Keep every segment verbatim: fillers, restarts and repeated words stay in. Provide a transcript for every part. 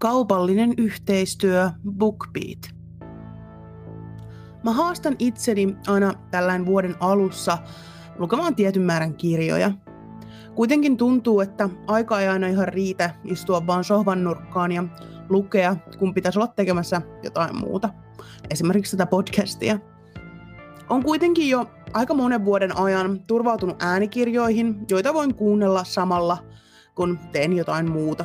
Kaupallinen yhteistyö BookBeat. Mä haastan itseni aina tällainen vuoden alussa lukemaan tietyn määrän kirjoja. Kuitenkin tuntuu, että aika ei aina ihan riitä istua vaan sohvan nurkkaan ja lukea, kun pitäisi olla tekemässä jotain muuta. Esimerkiksi tätä podcastia. On kuitenkin jo aika monen vuoden ajan turvautunut äänikirjoihin, joita voin kuunnella samalla, kun teen jotain muuta.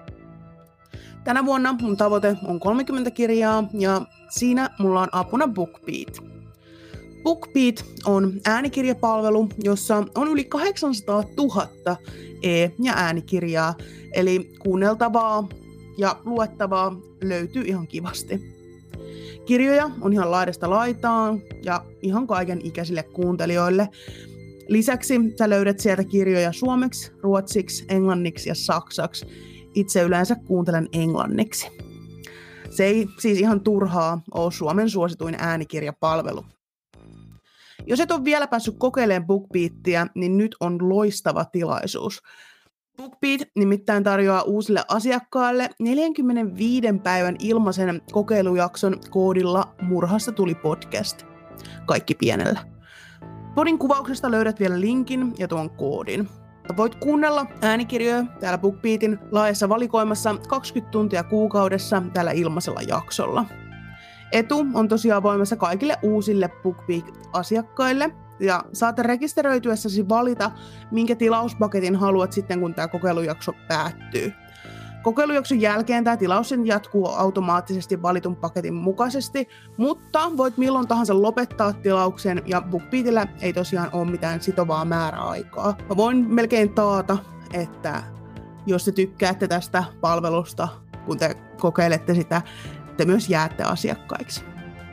Tänä vuonna mun tavoite on kolmekymmentä kirjaa ja siinä mulla on apuna BookBeat. BookBeat on äänikirjapalvelu, jossa on yli kahdeksansataatuhatta e- ja äänikirjaa, eli kuunneltavaa ja luettavaa löytyy ihan kivasti. Kirjoja on ihan laidasta laitaan ja ihan kaiken ikäisille kuuntelijoille. Lisäksi sä löydät sieltä kirjoja suomeksi, ruotsiksi, englanniksi ja saksaksi. Itse yleensä kuuntelen englanniksi. Se ei siis ihan turhaa ole Suomen suosituin äänikirjapalvelu. Jos et ole vielä päässyt kokeilemaan BookBeatia, niin nyt on loistava tilaisuus. BookBeat nimittäin tarjoaa uusille asiakkaille neljänkymmenenviiden päivän ilmaisen kokeilujakson koodilla Murhasta tuli podcast. Kaikki pienellä. Podin kuvauksesta löydät vielä linkin ja tuon koodin. Voit kuunnella äänikirjoja täällä BookBeatin laajassa valikoimassa kaksikymmentä tuntia kuukaudessa tällä ilmaisella jaksolla. Etu on tosiaan voimassa kaikille uusille BookBeat-asiakkaille ja saat rekisteröityessäsi valita, minkä tilauspaketin haluat sitten, kun tämä kokeilujakso päättyy. Kokeilujakson jälkeen tämä tilaus jatkuu automaattisesti valitun paketin mukaisesti, mutta voit milloin tahansa lopettaa tilauksen ja BookBeatillä ei tosiaan ole mitään sitovaa määräaikaa. Mä voin melkein taata, että jos te tykkäätte tästä palvelusta, kun te kokeilette sitä, te myös jäätte asiakkaiksi.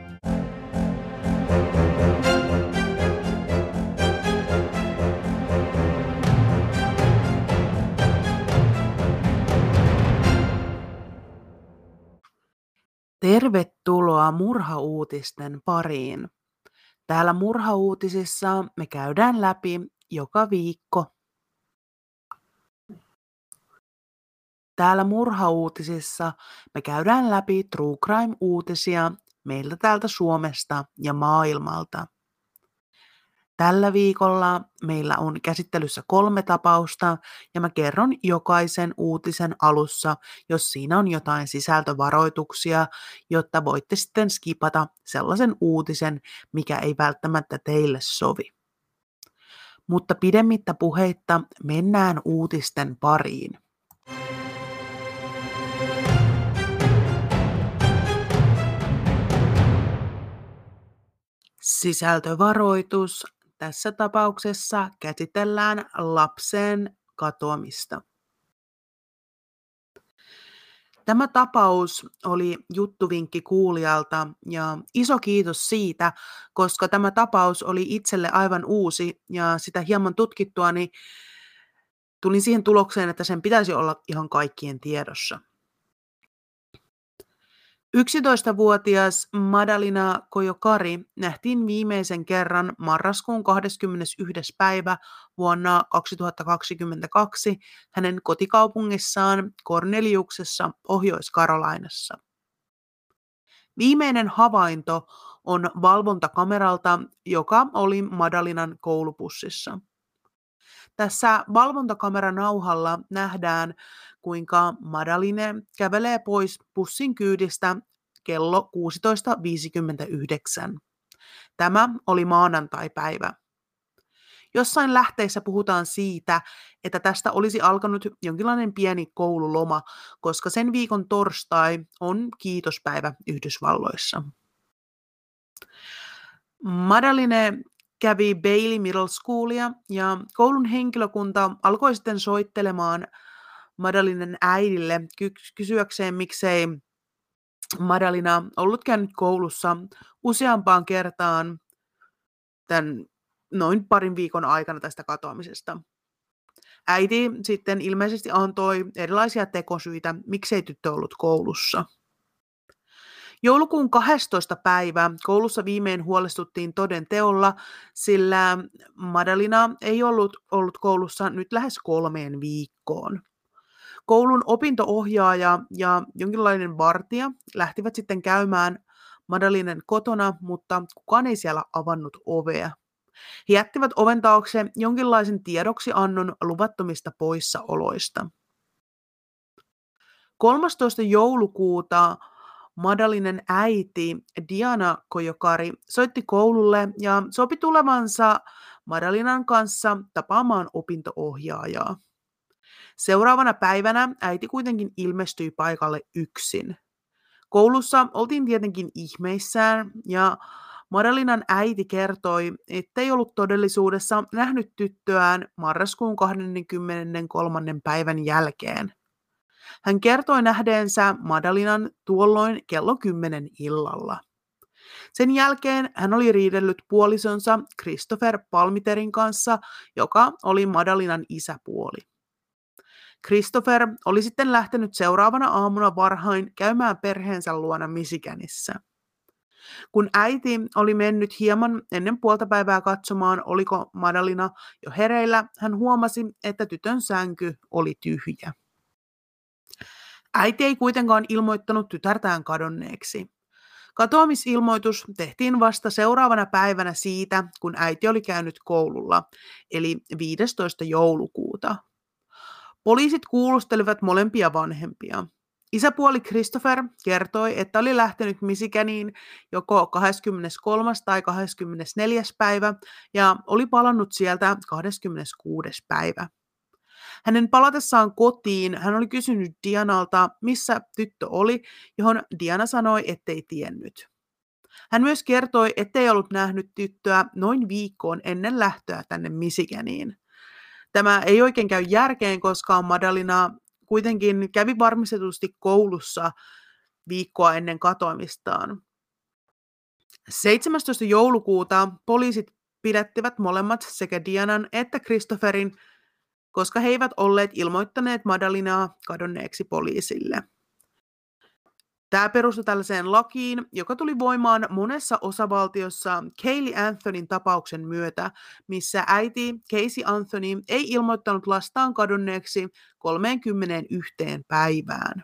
Tervetuloa murhauutisten pariin. Täällä murhauutisissa me käydään läpi joka viikko. Täällä murhauutisissa me käydään läpi true crime-uutisia meiltä täältä Suomesta ja maailmalta. Tällä viikolla meillä on käsittelyssä kolme tapausta ja mä kerron jokaisen uutisen alussa, jos siinä on jotain sisältövaroituksia, jotta voitte sitten skipata sellaisen uutisen, mikä ei välttämättä teille sovi. Mutta pidemmittä puheitta mennään uutisten pariin. Sisältövaroitus. Tässä tapauksessa käsitellään lapsen katoamista. Tämä tapaus oli juttuvinkki kuulijalta ja iso kiitos siitä, koska tämä tapaus oli itselle aivan uusi ja sitä hieman tutkittua, niin tulin siihen tulokseen, että sen pitäisi olla ihan kaikkien tiedossa. yksitoistavuotias Madalina Kojokari nähtiin viimeisen kerran marraskuun kahdeskymmenesensimmäinen päivä vuonna kaksituhattakaksikymmentäkaksi hänen kotikaupungissaan Corneliuksessa Pohjois-Carolinassa. Viimeinen havainto on valvontakameralta, joka oli Madalinan koulubussissa. Tässä valvontakameranauhalla nähdään, kuinka Madaline kävelee pois bussin kyydistä kello kuusitoista viisikymmentäyhdeksän. Tämä oli maanantaipäivä. Jossain lähteissä puhutaan siitä, että tästä olisi alkanut jonkinlainen pieni koululoma, koska sen viikon torstai on kiitospäivä Yhdysvalloissa. Madaline kävi Bailey Middle Schoolia ja koulun henkilökunta alkoi sitten soittelemaan Madalinen äidille ky- kysyäkseen, miksei Madalina ollut käynyt koulussa useampaan kertaan tämän noin parin viikon aikana tästä katoamisesta. Äiti sitten ilmeisesti antoi erilaisia tekosyitä, miksei tyttö ollut koulussa. Joulukuun kahdestoista päivä koulussa viimein huolestuttiin toden teolla, sillä Madalina ei ollut ollut koulussa nyt lähes kolmeen viikkoon. Koulun opinto-ohjaaja ja jonkinlainen vartija lähtivät sitten käymään Madalinen kotona, mutta kukaan ei siellä avannut ovea. He jättivät oven taakse jonkinlaisen tiedoksiannon luvattomista poissaoloista. kolmastoista joulukuuta Madalinen äiti Diana Kojokari soitti koululle ja sopi tulevansa Madalinan kanssa tapaamaan opinto-ohjaajaa. Seuraavana päivänä äiti kuitenkin ilmestyi paikalle yksin. Koulussa oltiin tietenkin ihmeissään ja Madalinan äiti kertoi, ettei ollut todellisuudessa nähnyt tyttöään marraskuun kahdeskymmeneskolmas päivän jälkeen. Hän kertoi nähdeensä Madalinan tuolloin kello kymmenen illalla. Sen jälkeen hän oli riidellyt puolisonsa Christopher Palmiterin kanssa, joka oli Madalinan isäpuoli. Christopher oli sitten lähtenyt seuraavana aamuna varhain käymään perheensä luona Michiganissa. Kun äiti oli mennyt hieman ennen puolta päivää katsomaan, oliko Madalina jo hereillä, hän huomasi, että tytön sänky oli tyhjä. Äiti ei kuitenkaan ilmoittanut tytärtään kadonneeksi. Katoamisilmoitus tehtiin vasta seuraavana päivänä siitä, kun äiti oli käynyt koululla, eli viidestoista joulukuuta. Poliisit kuulustelivat molempia vanhempia. Isäpuoli Christopher kertoi, että oli lähtenyt Michiganiin joko kahdeskymmeneskolmas tai kahdeskymmenesneljäs päivä ja oli palannut sieltä kahdeskymmeneskuudes päivä. Hänen palatessaan kotiin hän oli kysynyt Dianalta, missä tyttö oli, johon Diana sanoi, ettei tiennyt. Hän myös kertoi, ettei ollut nähnyt tyttöä noin viikkoon ennen lähtöä tänne Michiganiin. Tämä ei oikein käy järkeen, koska Madalina kuitenkin kävi varmistetusti koulussa viikkoa ennen katoamistaan. seitsemästoista joulukuuta poliisit pidättivät molemmat sekä Dianan että Christopherin, koska he eivät olleet ilmoittaneet Madalinaa kadonneeksi poliisille. Tämä perustui tällaiseen lakiin, joka tuli voimaan monessa osavaltiossa Caylee Anthonyn tapauksen myötä, missä äiti Casey Anthony ei ilmoittanut lastaan kadonneeksi kolmeenkymmeneenyhteen päivään.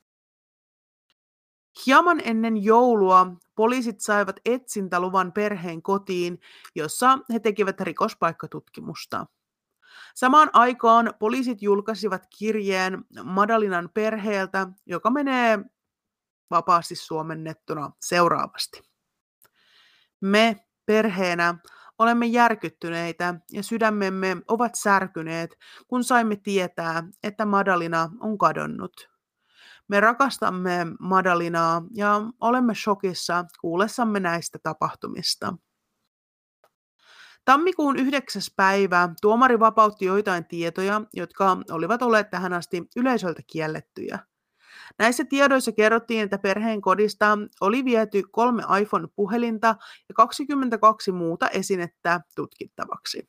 Hieman ennen joulua poliisit saivat etsintäluvan perheen kotiin, jossa he tekivät rikospaikkatutkimusta. Samaan aikaan poliisit julkaisivat kirjeen Madalinan perheeltä, joka menee vapaasti suomennettuna seuraavasti. Me perheenä olemme järkyttyneitä ja sydämemme ovat särkyneet, kun saimme tietää, että Madalina on kadonnut. Me rakastamme Madalinaa ja olemme shokissa kuullessamme näistä tapahtumista. Tammikuun yhdeksäs päivä tuomari vapautti joitain tietoja, jotka olivat olleet tähän asti yleisöltä kiellettyjä. Näissä tiedoissa kerrottiin, että perheen kodista oli viety kolme iPhone-puhelinta ja kaksikymmentäkaksi muuta esinettä tutkittavaksi.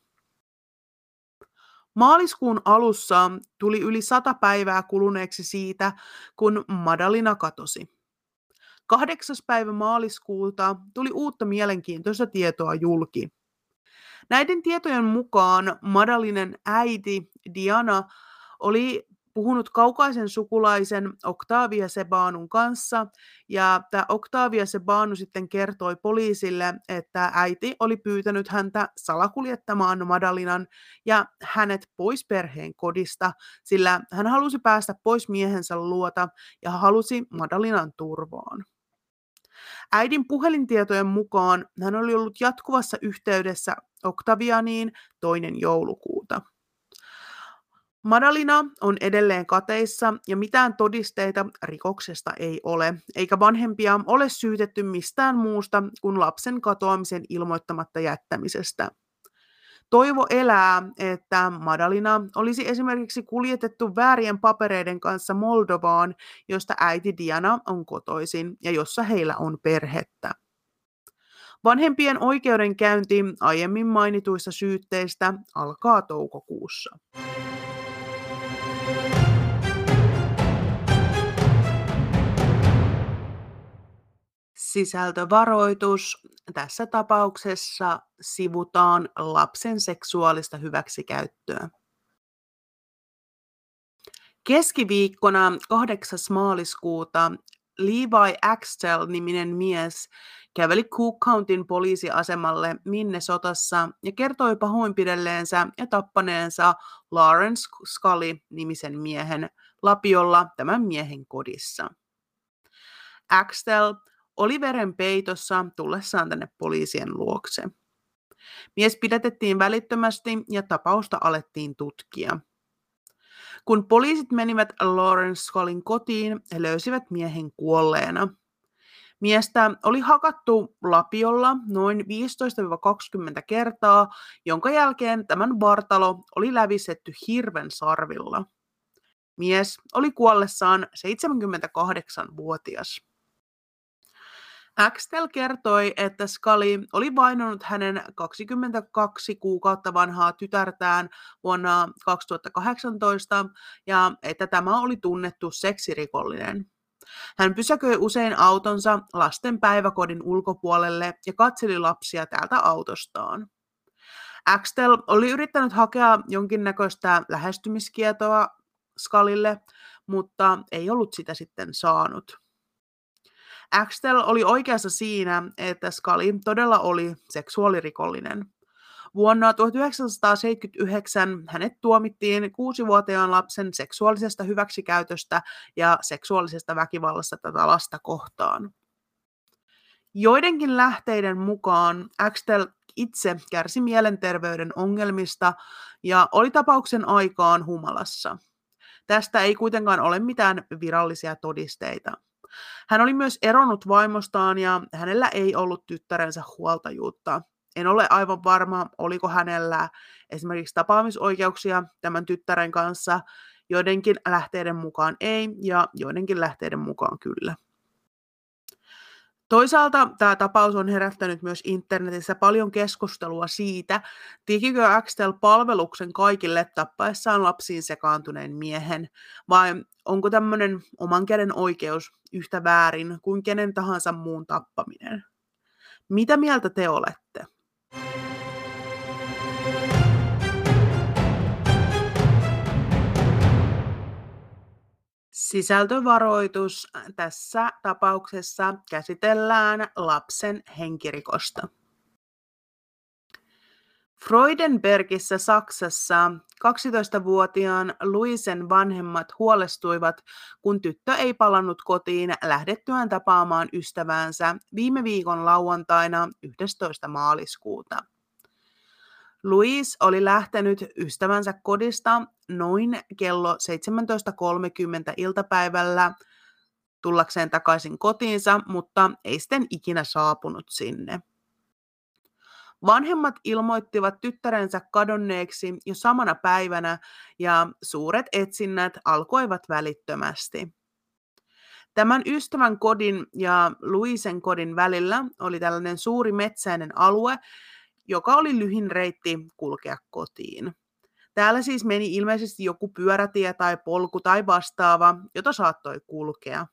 Maaliskuun alussa tuli yli sata päivää kuluneeksi siitä, kun Madalina katosi. Kahdeksas päivä maaliskuuta tuli uutta mielenkiintoista tietoa julki. Näiden tietojen mukaan Madalinen äiti Diana oli puhunut kaukaisen sukulaisen Octavia Sebanun kanssa, ja tämä Octavia Sebanu sitten kertoi poliisille, että äiti oli pyytänyt häntä salakuljettamaan Madalinan ja hänet pois perheen kodista, sillä hän halusi päästä pois miehensä luota ja halusi Madalinan turvaan. Äidin puhelintietojen mukaan hän oli ollut jatkuvassa yhteydessä Octavianiin toinen joulukuuta. Madalina on edelleen kateissa ja mitään todisteita rikoksesta ei ole, eikä vanhempia ole syytetty mistään muusta kuin lapsen katoamisen ilmoittamatta jättämisestä. Toivo elää, että Madalina olisi esimerkiksi kuljetettu väärien papereiden kanssa Moldovaan, josta äiti Diana on kotoisin ja jossa heillä on perhettä. Vanhempien oikeudenkäynti aiemmin mainituista syytteistä alkaa toukokuussa. Sisältövaroitus. Tässä tapauksessa sivutaan lapsen seksuaalista hyväksikäyttöä. Keskiviikkona kahdeksas maaliskuuta Levi Axtell-niminen mies käveli Cook Countyn poliisiasemalle Minnesotassa ja kertoi pahoinpidelleensä ja tappaneensa Lawrence Scully-nimisen miehen lapiolla tämän miehen kodissa. Axtell oli verenpeitossa tullessaan tänne poliisien luokse. Mies pidätettiin välittömästi ja tapausta alettiin tutkia. Kun poliisit menivät Lawrence Scullin kotiin, he löysivät miehen kuolleena. Miestä oli hakattu lapiolla noin viisitoista kaksikymmentä kertaa, jonka jälkeen tämän vartalo oli lävistetty hirven sarvilla. Mies oli kuollessaan seitsemänkymmentäkahdeksanvuotias. Axtell kertoi, että Scully oli vainonnut hänen kaksikymmentäkaksi kuukautta vanhaa tytärtään vuonna kaksituhattakahdeksantoista ja että tämä oli tunnettu seksirikollinen. Hän pysäköi usein autonsa lasten päiväkodin ulkopuolelle ja katseli lapsia täältä autostaan. Axtell oli yrittänyt hakea jonkinnäköistä lähestymiskieltoa Scullylle, mutta ei ollut sitä sitten saanut. Axtell oli oikeassa siinä, että Scully todella oli seksuaalirikollinen. Vuonna tuhatyhdeksänsataaseitsemänkymmentäyhdeksän hänet tuomittiin kuusivuotiaan lapsen seksuaalisesta hyväksikäytöstä ja seksuaalisesta väkivallasta tätä lasta kohtaan. Joidenkin lähteiden mukaan Axtell itse kärsi mielenterveyden ongelmista ja oli tapauksen aikaan humalassa. Tästä ei kuitenkaan ole mitään virallisia todisteita. Hän oli myös eronnut vaimostaan ja hänellä ei ollut tyttärensä huoltajuutta. En ole aivan varma, oliko hänellä esimerkiksi tapaamisoikeuksia tämän tyttären kanssa. Joidenkin lähteiden mukaan ei ja joidenkin lähteiden mukaan kyllä. Toisaalta tämä tapaus on herättänyt myös internetissä paljon keskustelua siitä, tekikö Axtell palveluksen kaikille tappaessaan lapsiin sekaantuneen miehen, vai onko tämmöinen oman käden oikeus yhtä väärin kuin kenen tahansa muun tappaminen. Mitä mieltä te olette? Sisältövaroitus. Tässä tapauksessa käsitellään lapsen henkirikosta. Freudenbergissä Saksassa kaksitoistavuotiaan Louisen vanhemmat huolestuivat, kun tyttö ei palannut kotiin lähdettyään tapaamaan ystäväänsä viime viikon lauantaina yhdestoista maaliskuuta. Louise oli lähtenyt ystävänsä kodista noin kello seitsemäntoista kolmekymmentä iltapäivällä tullakseen takaisin kotiinsa, mutta ei sitten ikinä saapunut sinne. Vanhemmat ilmoittivat tyttärensä kadonneeksi jo samana päivänä ja suuret etsinnät alkoivat välittömästi. Tämän ystävän kodin ja Louisen kodin välillä oli tällainen suuri metsäinen alue, joka oli lyhin reitti kulkea kotiin. Täällä siis meni ilmeisesti joku pyörätie tai polku tai vastaava, jota saattoi kulkea.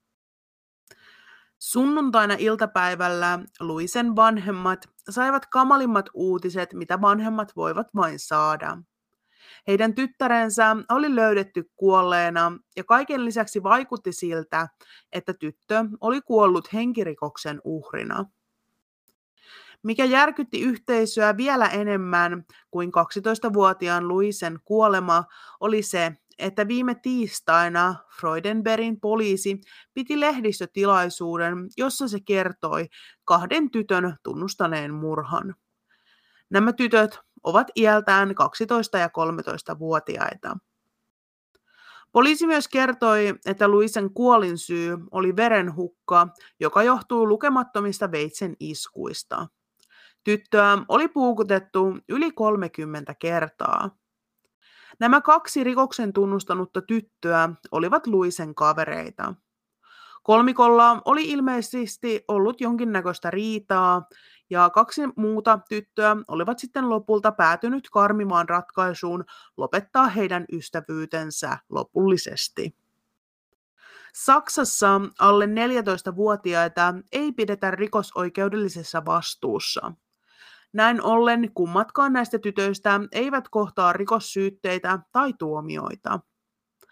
Sunnuntaina iltapäivällä Louisen vanhemmat saivat kamalimmat uutiset, mitä vanhemmat voivat vain saada. Heidän tyttärensä oli löydetty kuolleena ja kaiken lisäksi vaikutti siltä, että tyttö oli kuollut henkirikoksen uhrina. Mikä järkytti yhteisöä vielä enemmän kuin kaksitoistavuotiaan Louisen kuolema oli se, että viime tiistaina Freudenbergin poliisi piti lehdistötilaisuuden, jossa se kertoi kahden tytön tunnustaneen murhan. Nämä tytöt ovat iältään kaksitoista- ja kolmetoistavuotiaita. Poliisi myös kertoi, että Louisen kuolinsyy oli verenhukka, joka johtuu lukemattomista veitsen iskuista. Tyttöä oli puukutettu yli kolmekymmentä kertaa. Nämä kaksi rikoksen tunnustanutta tyttöä olivat Louisen kavereita. Kolmikolla oli ilmeisesti ollut jonkinnäköistä riitaa, ja kaksi muuta tyttöä olivat sitten lopulta päätynyt karmivaan ratkaisuun lopettaa heidän ystävyytensä lopullisesti. Saksassa alle neljätoistavuotiaita ei pidetä rikosoikeudellisessa vastuussa. Näin ollen kummatkaan näistä tytöistä eivät kohtaa rikossyytteitä tai tuomioita.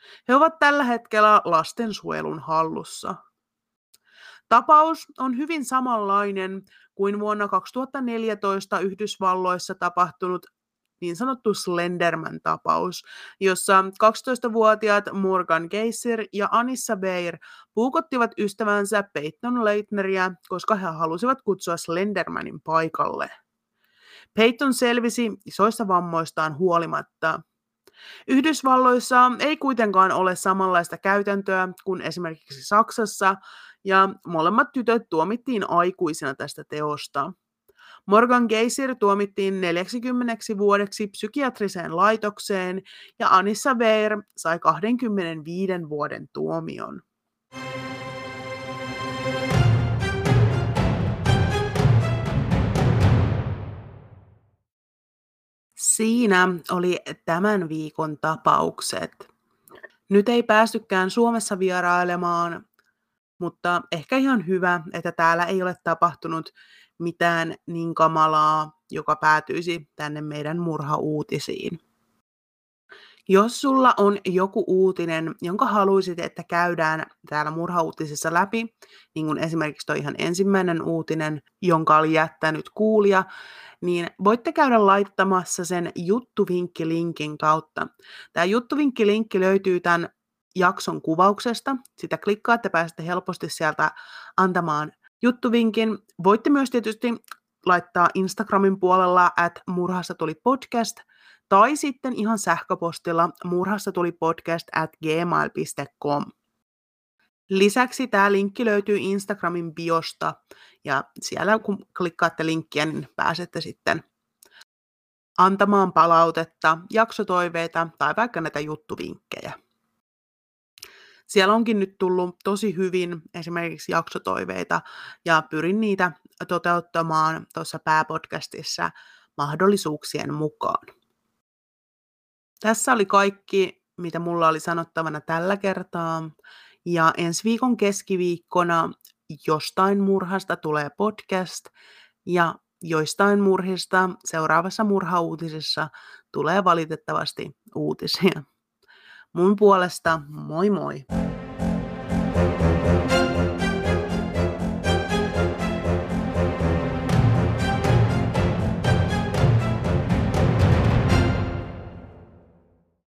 He ovat tällä hetkellä lastensuojelun hallussa. Tapaus on hyvin samanlainen kuin vuonna kaksituhattaneljätoista Yhdysvalloissa tapahtunut niin sanottu Slenderman-tapaus, jossa kaksitoistavuotiaat Morgan Geyser ja Anissa Beyer puukottivat ystävänsä Peyton Leitneria, koska he halusivat kutsua Slendermanin paikalle. Peyton selvisi isoista vammoistaan huolimatta. Yhdysvalloissa ei kuitenkaan ole samanlaista käytäntöä kuin esimerkiksi Saksassa, ja molemmat tytöt tuomittiin aikuisina tästä teosta. Morgan Geyser tuomittiin neljäkymmentä vuodeksi psykiatriseen laitokseen ja Anissa Beyer sai kaksikymmentäviisi vuoden tuomion. Siinä oli tämän viikon tapaukset. Nyt ei päästykään Suomessa vierailemaan, mutta ehkä ihan hyvä, että täällä ei ole tapahtunut mitään niin kamalaa, joka päätyisi tänne meidän murhauutisiin. Jos sulla on joku uutinen, jonka haluaisit, että käydään täällä murhauutisissa läpi, niin kuin esimerkiksi toi ihan ensimmäinen uutinen, jonka oli jättänyt kuulija, niin voitte käydä laittamassa sen juttuvinkki-linkin kautta. Tämä juttuvinkki-linkki löytyy tämän jakson kuvauksesta. Sitä klikkaatte, pääsette helposti sieltä antamaan juttuvinkin. Voitte myös tietysti laittaa Instagramin puolella at murhasta tuli podcast tai sitten ihan sähköpostilla murhasta tuli podcast at gmail piste com. Lisäksi tämä linkki löytyy Instagramin biosta ja siellä kun klikkaatte linkkiä, niin pääsette sitten antamaan palautetta, jaksotoiveita tai vaikka näitä juttuvinkkejä. Siellä onkin nyt tullut tosi hyvin esimerkiksi jaksotoiveita ja pyrin niitä toteuttamaan tuossa pääpodcastissa mahdollisuuksien mukaan. Tässä oli kaikki, mitä mulla oli sanottavana tällä kertaa. Ja ensi viikon keskiviikkona jostain murhasta tulee podcast ja joistain murhista seuraavassa murhauutisessa tulee valitettavasti uutisia. Mun puolesta moi moi!